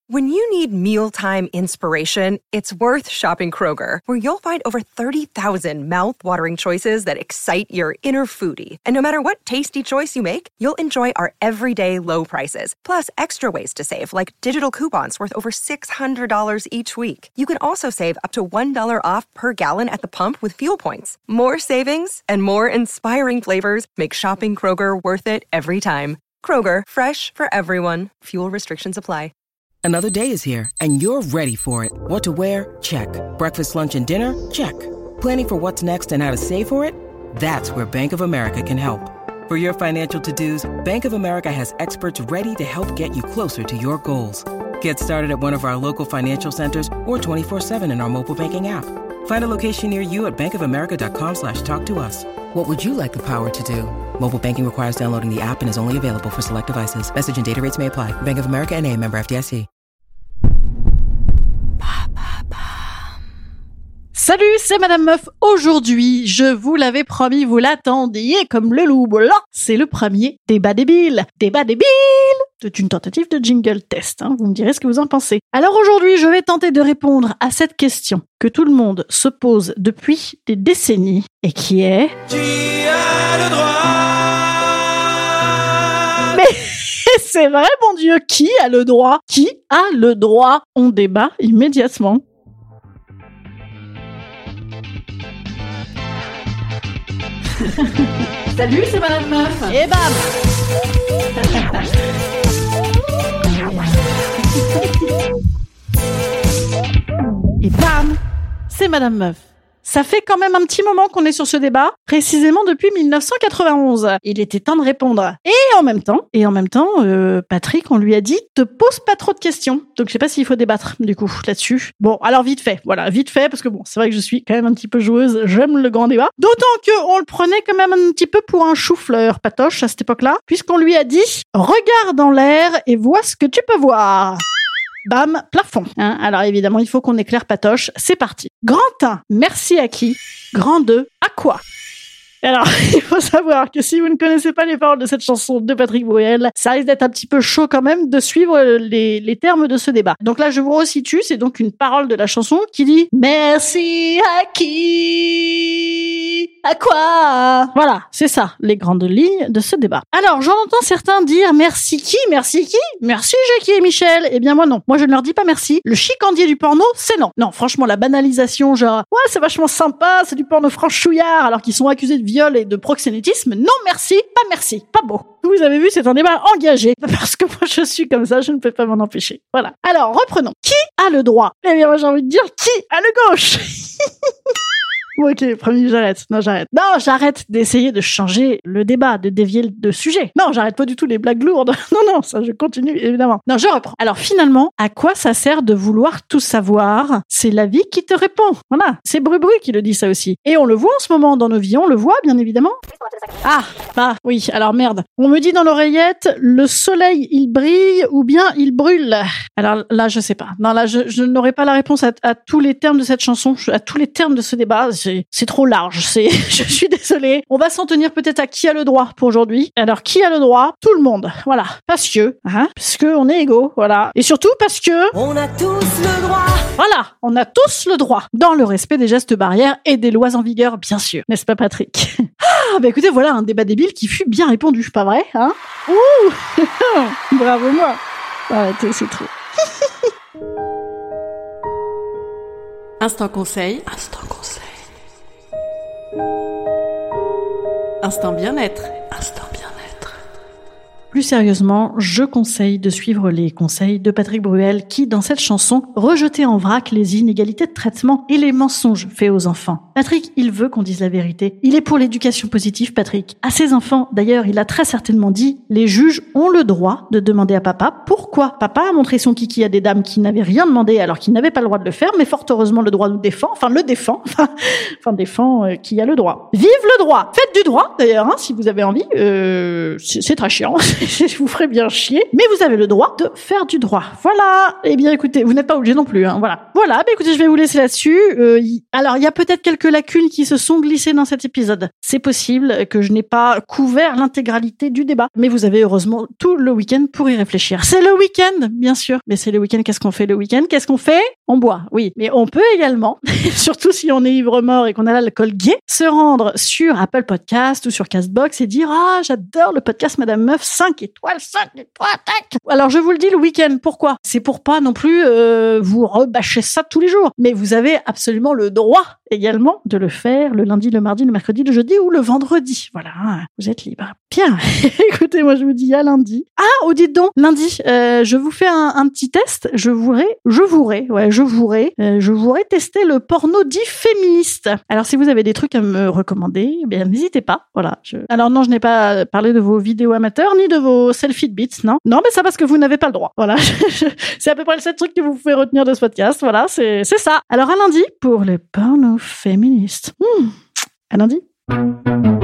When you need mealtime inspiration, it's worth shopping Kroger, where you'll find over 30,000 mouth-watering choices that excite your inner foodie. And no matter what tasty choice you make, you'll enjoy our everyday low prices, plus extra ways to save, like digital coupons worth over $600 each week. You can also save up to $1 off per gallon at the pump with fuel points. More savings and more inspiring flavors make shopping Kroger worth it every time. Kroger, fresh for everyone. Fuel restrictions apply. Another day is here, and you're ready for it. What to wear? Check. Breakfast, lunch, and dinner? Check. Planning for what's next and how to save for it? That's where Bank of America can help. For your financial to-dos, Bank of America has experts ready to help get you closer to your goals. Get started at one of our local financial centers or 24/7 in our mobile banking app. Find a location near you at bankofamerica.com/talktous. What would you like the power to do? Mobile banking requires downloading the app and is only available for select devices. Message and data rates may apply. Bank of America N.A., member FDIC. Salut, c'est Madame Meuf. Aujourd'hui, je vous l'avais promis, vous l'attendiez comme le loup blanc. C'est le premier débat débile. Débat débile! C'est une tentative de jingle test, hein. Vous me direz ce que vous en pensez. Alors aujourd'hui, je vais tenter de répondre à cette question que tout le monde se pose depuis des décennies et qui est... Qui a le droit? Mais c'est vrai, mon Dieu, qui a le droit? Qui a le droit? On débat immédiatement. Salut, c'est Madame Meuf. Et bam. Et bam, c'est Madame Meuf. Ça fait quand même un petit moment qu'on est sur ce débat, précisément depuis 1991. Il était temps de répondre. Et en même temps, Patrick, on lui a dit, te pose pas trop de questions. Donc je sais pas s'il faut débattre, du coup, là-dessus. Bon, alors vite fait, parce que bon, c'est vrai que je suis quand même un petit peu joueuse, j'aime le grand débat. D'autant qu'on le prenait quand même un petit peu pour un chou-fleur, Patoche, à cette époque-là, puisqu'on lui a dit, regarde en l'air et vois ce que tu peux voir. Bam, plafond. Hein, alors évidemment, il faut qu'on éclaire Patoche. C'est parti. Grand 1, merci à qui? Grand 2, à quoi? Alors, il faut savoir que si vous ne connaissez pas les paroles de cette chanson de Patrick Bruel, ça risque d'être un petit peu chaud quand même de suivre les termes de ce débat. Donc là, je vous resitue, c'est donc une parole de la chanson qui dit « Merci à qui? À quoi ?» Voilà, c'est ça, les grandes lignes de ce débat. Alors, j'en entends certains dire « Merci qui? Merci qui? Merci Jackie et Michel ?» Eh bien moi non, moi je ne leur dis pas merci. Le chicandier du porno, c'est non. Non, franchement, la banalisation, genre « Ouais, c'est vachement sympa, c'est du porno franchouillard » alors qu'ils sont accusés de viol et de proxénétisme, non merci, pas beau. Vous avez vu, c'est un débat engagé. Parce que moi, je suis comme ça, je ne peux pas m'en empêcher. Voilà. Alors, reprenons. Qui a le droit? Eh bien, moi, j'ai envie de dire, qui a le gauche? Bon, ok, promis, j'arrête. Non, j'arrête d'essayer de changer le débat, de dévier le sujet. Non, j'arrête pas du tout les blagues lourdes. Non, ça, je continue, évidemment. Non, je reprends. Alors, finalement, à quoi ça sert de vouloir tout savoir? C'est la vie qui te répond. Voilà. C'est Brubru qui le dit, ça aussi. Et on le voit en ce moment dans nos vies, on le voit, bien évidemment. Ah, bah, oui, alors merde. On me dit dans l'oreillette, le soleil, il brille ou bien il brûle. Alors là, je sais pas. Non, là, je n'aurai pas la réponse à tous les termes de cette chanson, à tous les termes de ce débat. C'est trop large. Je suis désolée. On va s'en tenir peut-être à qui a le droit pour aujourd'hui. Alors, qui a le droit? Tout le monde. Voilà. Parce que on est égaux. Voilà. Et surtout parce que... on a tous le droit. Voilà. On a tous le droit. Dans le respect des gestes barrières et des lois en vigueur, bien sûr. N'est-ce pas, Patrick? Ah, bah écoutez, voilà un débat débile qui fut bien répondu. Pas vrai, hein? Ouh. Bravo, moi. Arrêtez, c'est trop. Instant conseil. Instant bien-être. Plus sérieusement, je conseille de suivre les conseils de Patrick Bruel qui, dans cette chanson, rejetait en vrac les inégalités de traitement et les mensonges faits aux enfants. Patrick, il veut qu'on dise la vérité. Il est pour l'éducation positive, Patrick. À ses enfants, d'ailleurs, il a très certainement dit « Les juges ont le droit de demander à papa pourquoi papa a montré son kiki à des dames qui n'avaient rien demandé alors qu'ils n'avaient pas le droit de le faire, mais fort heureusement le droit nous défend, défend qui a le droit. Vive le droit! Faites du droit, d'ailleurs, si vous avez envie. C'est très chiant. Je vous ferai bien chier, mais vous avez le droit de faire du droit. Voilà. Eh bien, écoutez, vous n'êtes pas obligé non plus. Voilà. Bah écoutez, je vais vous laisser là-dessus. Alors, il y a peut-être quelques lacunes qui se sont glissées dans cet épisode. C'est possible que je n'ai pas couvert l'intégralité du débat, mais vous avez heureusement tout le week-end pour y réfléchir. C'est le week-end, bien sûr, mais c'est le week-end. Qu'est-ce qu'on fait le week-end? Qu'est-ce qu'on fait? On boit, oui, mais on peut également, surtout si on est ivre-mort et qu'on a l'alcool gai, se rendre sur Apple Podcast ou sur Castbox et dire « Ah, j'adore le podcast Madame Meuf, 5 étoiles, tac !» Alors, je vous le dis le week-end, pourquoi? C'est pour pas non plus vous rebâcher ça tous les jours, mais vous avez absolument le droit également de le faire le lundi, le mardi, le mercredi, le jeudi ou le vendredi. Voilà, vous êtes libre. Bien, écoutez, moi je vous dis à lundi. Ah, dites donc, lundi, je vous fais un petit test. Je voudrais tester le porno dit féministe. Alors si vous avez des trucs à me recommander, eh bien n'hésitez pas. Voilà. Alors non, je n'ai pas parlé de vos vidéos amateurs ni de vos selfie beats, non, mais ça parce que vous n'avez pas le droit. Voilà, c'est à peu près le seul truc que vous pouvez retenir de ce podcast. Voilà, c'est ça. Alors à lundi pour le porno féministe. À lundi.